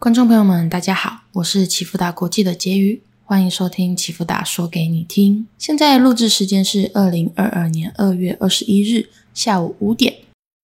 观众朋友们大家好，我是奇福达国际的婕妤，欢迎收听奇福达说给你听。现在录制时间是2022年2月21日下午5点。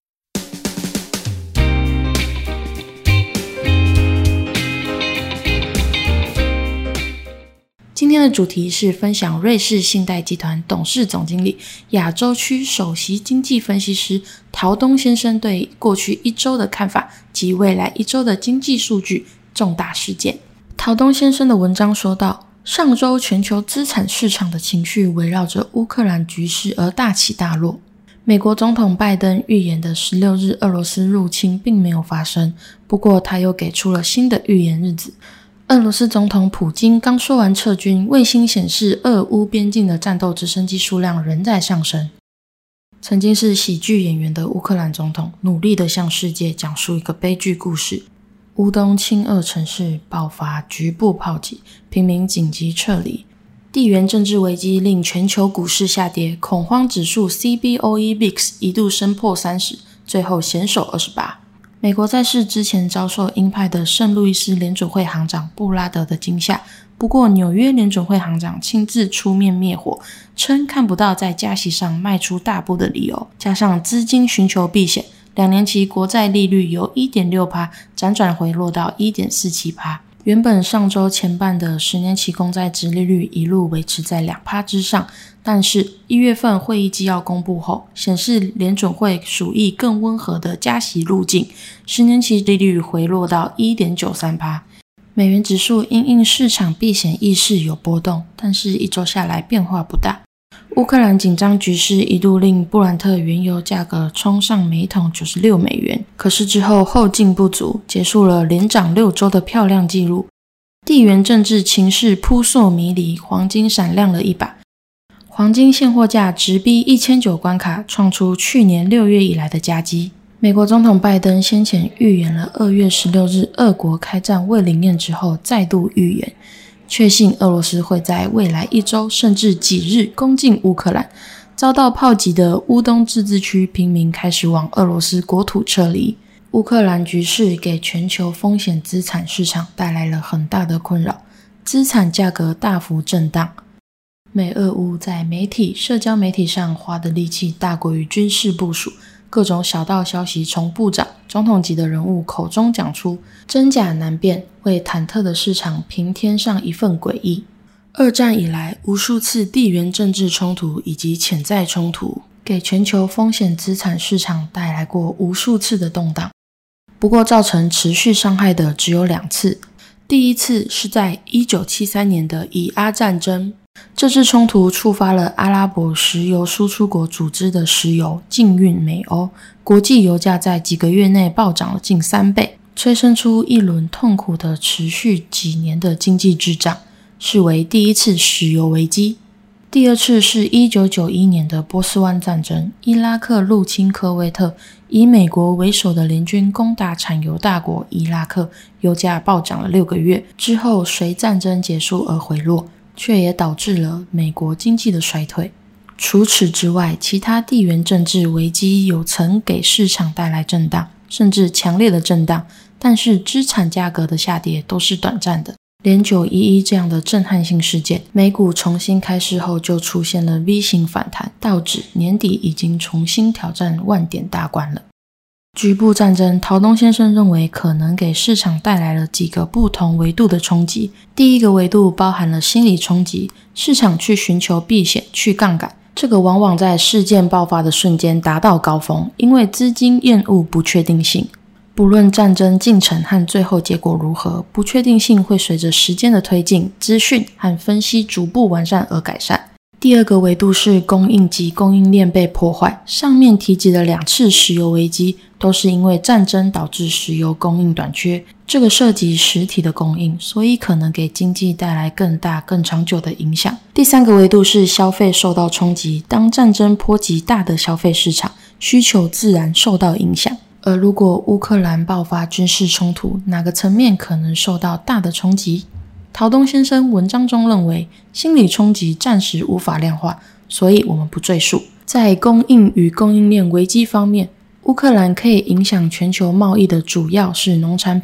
今天的主题是分享瑞士信贷集团董事总经理、亚洲区首席经济分析师陶东先生对过去一周的看法及未来一周的经济数据重大事件。陶东先生的文章说道，上周全球资产市场的情绪围绕着乌克兰局势而大起大落。美国总统拜登预言的16日俄罗斯入侵并没有发生，不过他又给出了新的预言日子。俄罗斯总统普京刚说完撤军，卫星显示俄乌边境的战斗直升机数量仍在上升。曾经是喜剧演员的乌克兰总统努力地向世界讲述一个悲剧故事。乌东亲俄城市爆发局部炮击，平民紧急撤离。地缘政治危机令全球股市下跌，恐慌指数 CBOE VIX 一度升破30，最后险守28。美国在世之前遭受鹰派的圣路易斯联准会行长布拉德的惊吓，不过纽约联准会行长亲自出面灭火，称看不到在加息上迈出大步的理由，加上资金寻求避险，2年期国债利率由 1.6% 辗转回落到 1.47%。原本上周前半的10年期公债殖利率一路维持在 2% 之上，但是1月份会议纪要公布后，显示联准会属意更温和的加息路径，10年期利率回落到 1.93%。美元指数因应市场避险意识有波动，但是一周下来变化不大。乌克兰紧张局势一度令布兰特原油价格冲上每桶96美元，可是之后后劲不足，结束了连涨6周的漂亮纪录。地缘政治情势扑朔迷离，黄金闪亮了一把。黄金现货价直逼1009关卡，创出去年6月以来的佳绩。美国总统拜登先前预言了2月16日俄国开战未灵验之后，再度预言确信俄罗斯会在未来一周甚至几日攻进乌克兰。遭到炮击的乌东自治区平民开始往俄罗斯国土撤离。乌克兰局势给全球风险资产市场带来了很大的困扰，资产价格大幅震荡。美俄乌在社交媒体上花的力气大过于军事部署，各种小道消息从部长、总统级的人物口中讲出，真假难辨，为忐忑的市场平添上一份诡异。二战以来，无数次地缘政治冲突以及潜在冲突，给全球风险资产市场带来过无数次的动荡。不过造成持续伤害的只有2次。第一次是在1973年的以阿战争，这次冲突触发了阿拉伯石油输出国组织的石油禁运美欧，国际油价在几个月内暴涨了近3倍，催生出一轮痛苦的持续几年的经济滞胀，视为第一次石油危机。第二次是1991年的波斯湾战争，伊拉克入侵科威特，以美国为首的联军攻打产油大国伊拉克，油价暴涨了6个月，之后随战争结束而回落，却也导致了美国经济的衰退。除此之外，其他地缘政治危机有曾给市场带来震荡，甚至强烈的震荡，但是资产价格的下跌都是短暂的。连911这样的震撼性事件，美股重新开市后就出现了 V 型反弹，道指年底已经重新挑战万点大关了。局部战争，陶东先生认为可能给市场带来了几个不同维度的冲击。第一个维度包含了心理冲击，市场去寻求避险、去杠杆，这个往往在事件爆发的瞬间达到高峰，因为资金厌恶不确定性。不论战争进程和最后结果如何，不确定性会随着时间的推进、资讯和分析逐步完善而改善。第二个维度是供应及供应链被破坏，上面提及的2次石油危机都是因为战争导致石油供应短缺，这个涉及实体的供应，所以可能给经济带来更大更长久的影响。第三个维度是消费受到冲击，当战争波及大的消费市场，需求自然受到影响。而如果乌克兰爆发军事冲突，哪个层面可能受到大的冲击？陶东先生文章中认为，心理冲击暂时无法量化，所以我们不赘述。在供应与供应链危机方面，乌克兰可以影响全球贸易的主要是农产品，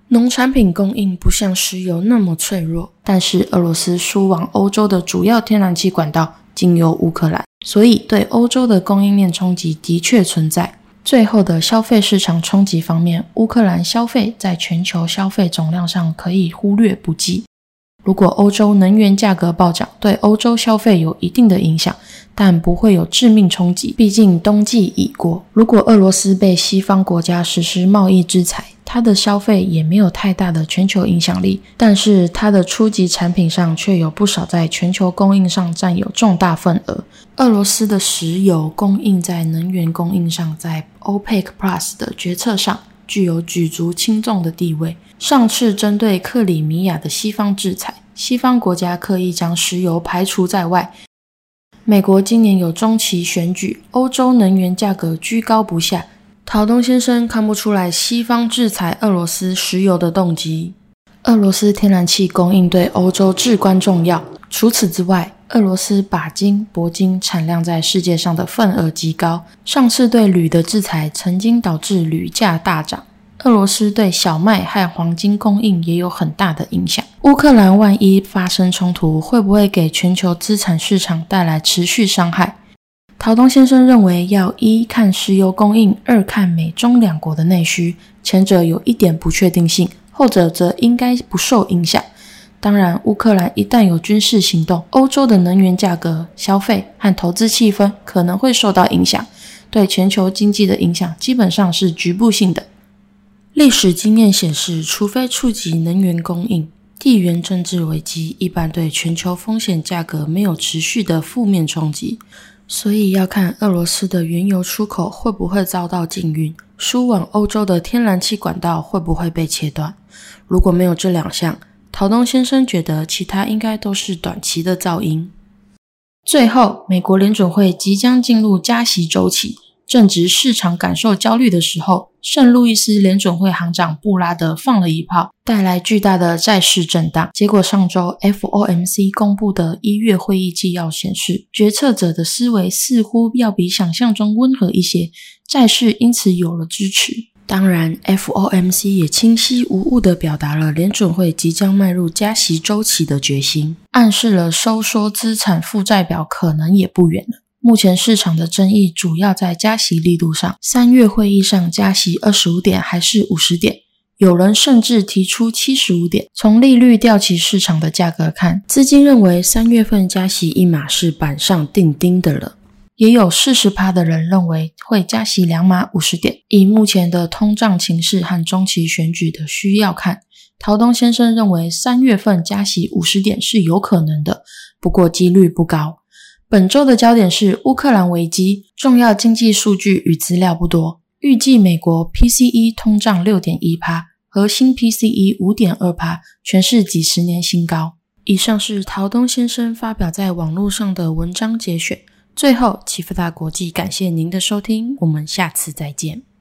农产品供应不像石油那么脆弱，但是俄罗斯输往欧洲的主要天然气管道经由乌克兰，所以对欧洲的供应链冲击的确存在。最后的消费市场冲击方面，乌克兰消费在全球消费总量上可以忽略不计。如果欧洲能源价格暴涨，对欧洲消费有一定的影响，但不会有致命冲击，毕竟冬季已过。如果俄罗斯被西方国家实施贸易制裁，它的消费也没有太大的全球影响力，但是它的初级产品上却有不少在全球供应上占有重大份额。俄罗斯的石油供应在能源供应上，在 OPEC Plus 的决策上具有举足轻重的地位。上次针对克里米亚的西方制裁，西方国家刻意将石油排除在外。美国今年有中期选举，欧洲能源价格居高不下。陶东先生看不出来西方制裁俄罗斯石油的动机。俄罗斯天然气供应对欧洲至关重要。除此之外，俄罗斯钯金、铂金产量在世界上的份额极高。上次对铝的制裁曾经导致铝价大涨。俄罗斯对小麦和黄金供应也有很大的影响。乌克兰万一发生冲突，会不会给全球资产市场带来持续伤害？陶东先生认为要一看石油供应，二看美中两国的内需，前者有一点不确定性，后者则应该不受影响。当然，乌克兰一旦有军事行动，欧洲的能源价格、消费和投资气氛可能会受到影响，对全球经济的影响基本上是局部性的。历史经验显示，除非触及能源供应，地缘政治危机一般对全球风险价格没有持续的负面冲击，所以要看俄罗斯的原油出口会不会遭到禁运，输往欧洲的天然气管道会不会被切断。如果没有这两项，陶东先生觉得其他应该都是短期的噪音。最后，美国联准会即将进入加息周期，正值市场感受焦虑的时候，圣路易斯联准会行长布拉德放了一炮，带来巨大的债市震荡。结果上周 FOMC 公布的1月会议纪要显示，决策者的思维似乎要比想象中温和一些，债市因此有了支持。当然 FOMC 也清晰无误地表达了联准会即将迈入加息周期的决心，暗示了收缩资产负债表可能也不远了。目前市场的争议主要在加息力度上，3月会议上加息25点还是50点，有人甚至提出75点。从利率吊起市场的价格看，资金认为3月份加息一码是板上钉钉的了。也有 40% 的人认为会加息2码50点。以目前的通胀情势和中期选举的需要看，陶东先生认为3月份加息50点是有可能的，不过几率不高。本周的焦点是乌克兰危机，重要经济数据与资料不多，预计美国 PCE 通胀 6.1%， 核心 PCE 5.2%， 全是几十年新高。以上是陶东先生发表在网络上的文章节选。最后，启福大国际感谢您的收听，我们下次再见。